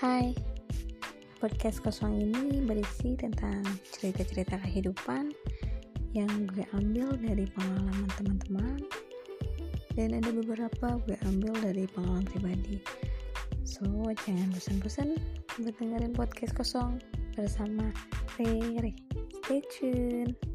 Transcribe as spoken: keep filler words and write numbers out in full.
Hai, podcast kosong ini berisi tentang cerita-cerita kehidupan yang gue ambil dari pengalaman teman-teman, dan ada beberapa gue ambil dari pengalaman pribadi. So, jangan bosan-bosan buat dengerin podcast kosong bersama Rere. Stay tune.